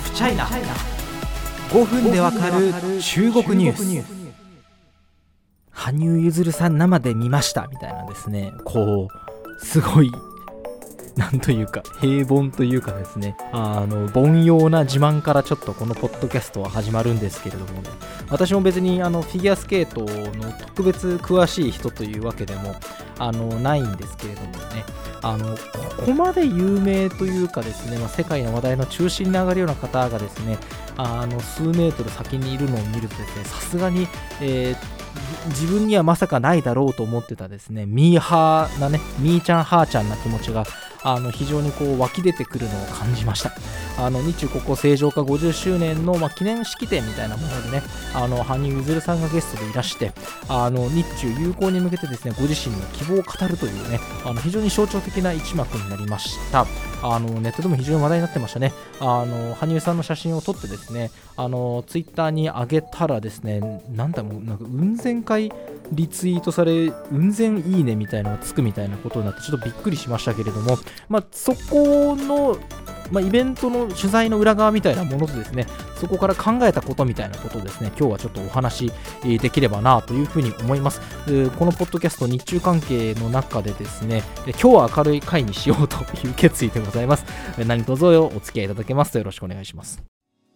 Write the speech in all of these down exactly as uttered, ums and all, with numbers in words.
フチャイナごふんでわかる中国ニュース。羽生結弦さん生で見ましたみたいなですね、こうすごいなんというか平凡というかですね、あの凡庸な自慢からちょっとこのポッドキャストは始まるんですけれどもね、私も別にあのフィギュアスケートの特別詳しい人というわけでもあのないんですけれどもね、あのここまで有名というかですね、まあ、世界の話題の中心に上がるような方がですね、あの数メートル先にいるのを見るとですね、さすがに、えー自分にはまさかないだろうと思ってたですね、ミーハーなね、ミーちゃんハーちゃんな気持ちがあの非常にこう湧き出てくるのを感じました。あの日中国交正常化ごじゅっしゅうねんの、まあ、記念式典みたいなものでね、あの羽生結弦さんがゲストでいらして、あの日中友好に向けてですね、ご自身の希望を語るというね、あの非常に象徴的な一幕になりました。あのネットでも非常に話題になってましたね。あの羽生さんの写真を撮ってですね、あのツイッターに上げたらですね、なんだもうなんかうん千回リツイートされ、うん千いいねみたいなのがつくみたいなことになってちょっとびっくりしましたけれども、まあ、そこの、まあ、イベントの取材の裏側みたいなものとですね、そこから考えたことみたいなことをですね、今日はちょっとお話しできればなというふうに思います。このポッドキャスト日中関係の中でですね、今日は明るい回にしようという決意でございます。何卒お付き合いいただけますとよろしくお願いします。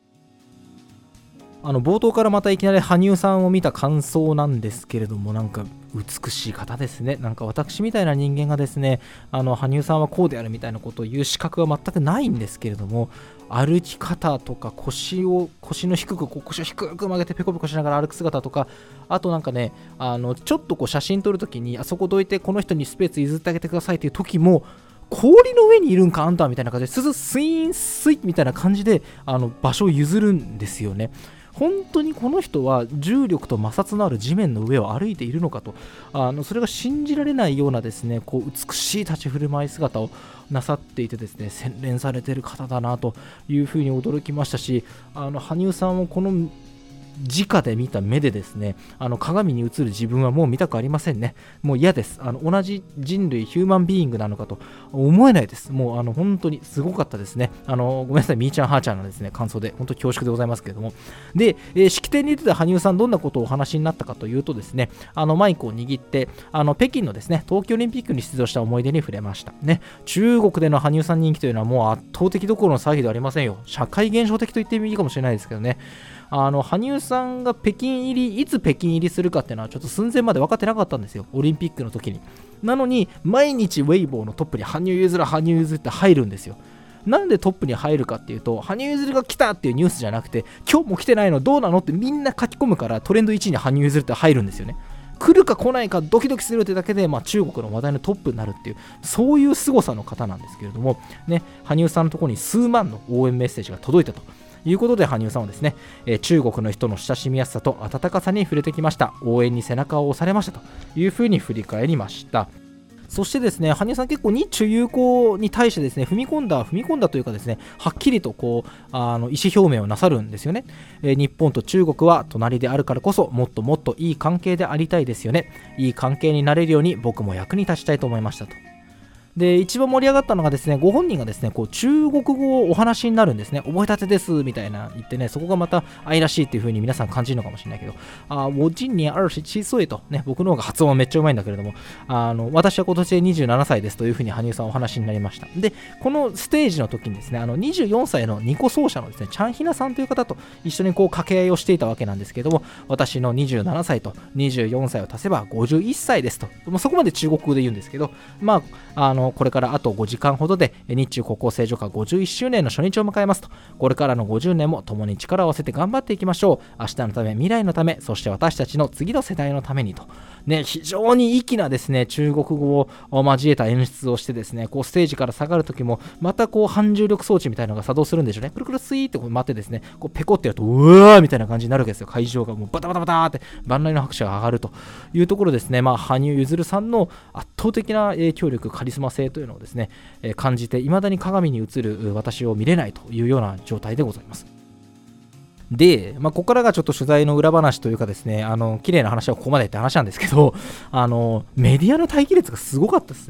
あの冒頭からまたいきなり羽生さんを見た感想なんですけれども、なんか美しい方ですね。なんか私みたいな人間がですね、あの羽生さんはこうであるみたいなことを言う資格は全くないんですけれども、歩き方とか腰を腰の低くこう腰を低く曲げてペコペコしながら歩く姿とか、あとなんかね、あのちょっとこう写真撮るときにあそこどいてこの人にスペース譲ってあげてくださいという時も、氷の上にいるんかあんたみたいな感じでスススイーンスイッみたいな感じであの場所を譲るんですよね。本当にこの人は重力と摩擦のある地面の上を歩いているのかと、あのそれが信じられないようなですね、こう美しい立ち振る舞い姿をなさっていてですね、洗練されている方だなというふうに驚きましたし、あの羽生さんをこの直で見た目でですね、あの鏡に映る自分はもう見たくありませんね。もう嫌です。あの同じ人類ヒューマンビーイングなのかと思えないです。もうあの本当にすごかったですね。あのごめんなさい、みーちゃんはーちゃんのですね感想で本当に恐縮でございますけれども、で、えー、式典に出てた羽生さんどんなことをお話になったかというとですね、あのマイクを握ってあの北京のですね冬季オリンピックに出場した思い出に触れましたね。中国での羽生さん人気というのはもう圧倒的どころの騒ぎではありませんよ。社会現象的と言ってもいいかもしれないですけどね。あの羽生さんが北京入りいつ北京入りするかっていうのはちょっと寸前まで分かってなかったんですよ、オリンピックの時に。なのに毎日ウェイボーのトップに羽生結弦羽生結弦って入るんですよ。なんでトップに入るかっていうと、羽生結弦が来たっていうニュースじゃなくて、今日も来てないのどうなのってみんな書き込むからトレンドいちいに羽生結弦って入るんですよね。来るか来ないかドキドキするってだけで、まあ、中国の話題のトップになるっていう、そういう凄さの方なんですけれどもね、羽生さんのところに数万の応援メッセージが届いたということで、羽生さんはですね、えー、中国の人の親しみやすさと温かさに触れてきました。応援に背中を押されましたというふうに振り返りました。そしてですね、羽生さん結構日中友好に対してですね、踏み込んだ踏み込んだというかですね、はっきりとこうあの意思表明をなさるんですよね。えー、日本と中国は隣であるからこそもっともっといい関係でありたいですよね。いい関係になれるように僕も役に立ちたいと思いましたと。で一番盛り上がったのがですね、ご本人がですねこう中国語をお話になるんですね。覚えたてですみたいな言ってね、そこがまた愛らしいっていう風に皆さん感じるのかもしれないけど、あ我今年二十七岁とね、僕の方が発音はめっちゃうまいんだけれども、あの私は今年でにじゅうななさいですという風に羽生さんお話になりました。でこのステージの時にですね、あのにじゅうよんさいのニコ奏者のですねチャンヒナさんという方と一緒にこう掛け合いをしていたわけなんですけども、私のにじゅうななさいとにじゅうよんさいを足せばごじゅういっさいですと、もうそこまで中国語で言うんですけど、まああのこれからあとごじかんほどで日中国交正常化ごじゅういっしゅうねんの初日を迎えますと。これからのごじゅうねんも共に力を合わせて頑張っていきましょう。明日のため、未来のため、そして私たちの次の世代のためにとね、非常に粋なですね中国語を交えた演出をしてですね、こうステージから下がるときもまたこう反重力装置みたいなのが作動するんでしょうね。くるくるスイーってこう待ってですね、こうペコってやるとうわーみたいな感じになるわけですよ。会場がもうバタバタバターって万来の拍手が上がるというところですね。まあ羽生結弦さんの圧倒的な影響力、カリスマ性というのをですね、えー、感じて、未だに鏡に映る私を見れないというような状態でございます。で、まあ、ここからがちょっと取材の裏話というかですね、あの綺麗な話はここまでって話なんですけど、あのメディアの待機列がすごかったですね。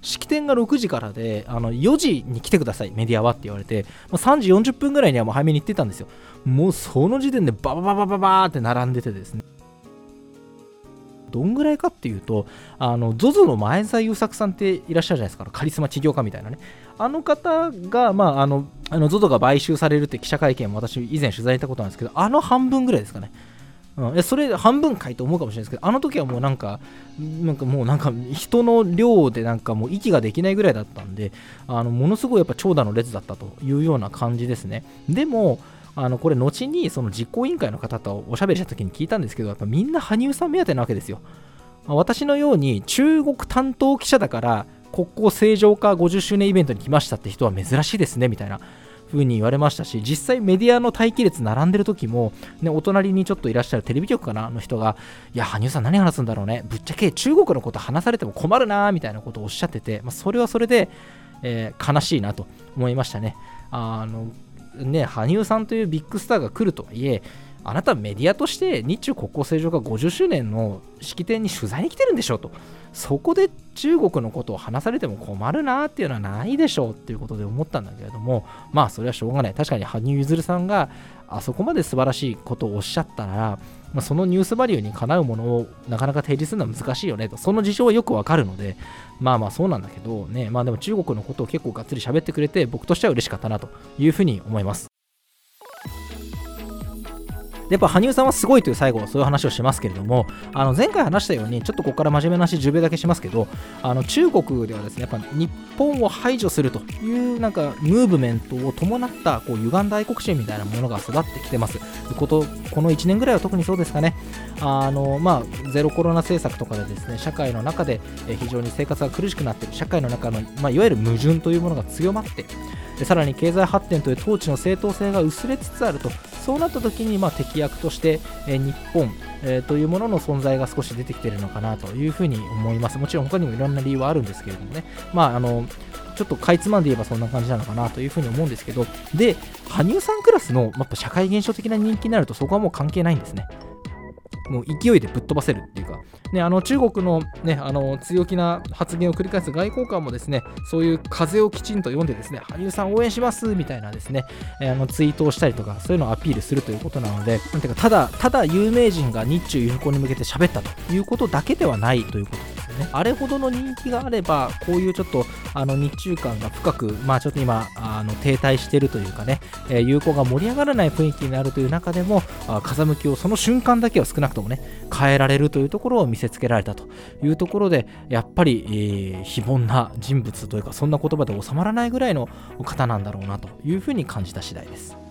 式典がろくじからで、あのよじに来てくださいメディアはって言われて、まあ、さんじよんじゅっぷんぐらいにはもう早めに行ってたんですよ。もうその時点でババババババーって並んでてですね、どんぐらいかっていうと、あの ゾゾ の前澤友作さんっていらっしゃるじゃないですか、カリスマ起業家みたいなね、あの方が、まあ、あのあの ゾゾ が買収されるって記者会見も私以前取材したことなんですけど、あの半分ぐらいですかね。うん、それ半分かいと思うかもしれないですけど、あの時はもうなんかなんかもうなんか人の量でなんかもう息ができないぐらいだったんで、あのものすごいやっぱ長蛇の列だったというような感じですね。でもあのこれ後にその実行委員会の方とおしゃべりした時に聞いたんですけど、やっぱみんな羽生さん目当てなわけですよ。私のように中国担当記者だから国交正常化ごじゅっしゅうねんイベントに来ましたって人は珍しいですねみたいな風に言われましたし、実際メディアの待機列並んでる時も、ね、お隣にちょっといらっしゃるテレビ局かなの人が、いや羽生さん何話すんだろうね、ぶっちゃけ中国のこと話されても困るなみたいなことをおっしゃってて、まあ、それはそれで、えー、悲しいなと思いましたね。あのね羽生さんというビッグスターが来るとはいえ、あなたメディアとして日中国交正常化ごじゅっしゅうねんの式典に取材に来てるんでしょと、そこで中国のことを話されても困るなっていうのはないでしょうっていうことで思ったんだけれども、まあそれはしょうがない。確かに羽生結弦さんがあそこまで素晴らしいことをおっしゃったなら、まあ、そのニュースバリューにかなうものをなかなか提示するのは難しいよねと、その事情はよくわかるので、まあまあそうなんだけどね、まあでも中国のことを結構がっつり喋ってくれて、僕としては嬉しかったなというふうに思います。でやっぱ羽生さんはすごいという最後はそういう話をしますけれども、あの前回話したようにちょっとここから真面目な話じゅうびょうだけしますけど、あの中国ではですねやっぱ日本を排除するというなんかムーブメントを伴ったこう歪んだ愛国心みたいなものが育ってきてますことこのいちねんぐらいは特にそうですかね。あのまあゼロコロナ政策とかでですね社会の中で非常に生活が苦しくなっている、社会の中の、まあ、いわゆる矛盾というものが強まって、でさらに経済発展という統治の正当性が薄れつつあると、そうなった時にまあ敵役として、えー、日本、えー、というものの存在が少し出てきているのかなというふうに思います。もちろん他にもいろんな理由はあるんですけれどもね、まああのちょっとかいつまんで言えばそんな感じなのかなというふうに思うんですけど、で羽生さんクラスのやっぱ社会現象的な人気になるとそこはもう関係ないんですね。もう勢いでぶっ飛ばせるっていうか、ね、あの中国の、ね、あの強気な発言を繰り返す外交官もですね、そういう風をきちんと読んでですね、羽生さん応援しますみたいなですね、えー、あのツイートをしたりとか、そういうのをアピールするということなので、なんていうかただただ有名人が日中友好に向けて喋ったということだけではないということですよね。あれほどの人気があれば、こういうちょっとあの日中間が深く、まあちょっと今あの停滞しているというかね、えー、友好が盛り上がらない雰囲気になるという中でも、あ風向きをその瞬間だけは少なくともね変えられるというところを見せつけられたというところで、やっぱり、えー、非凡な人物というか、そんな言葉で収まらないぐらいの方なんだろうなというふうに感じた次第です。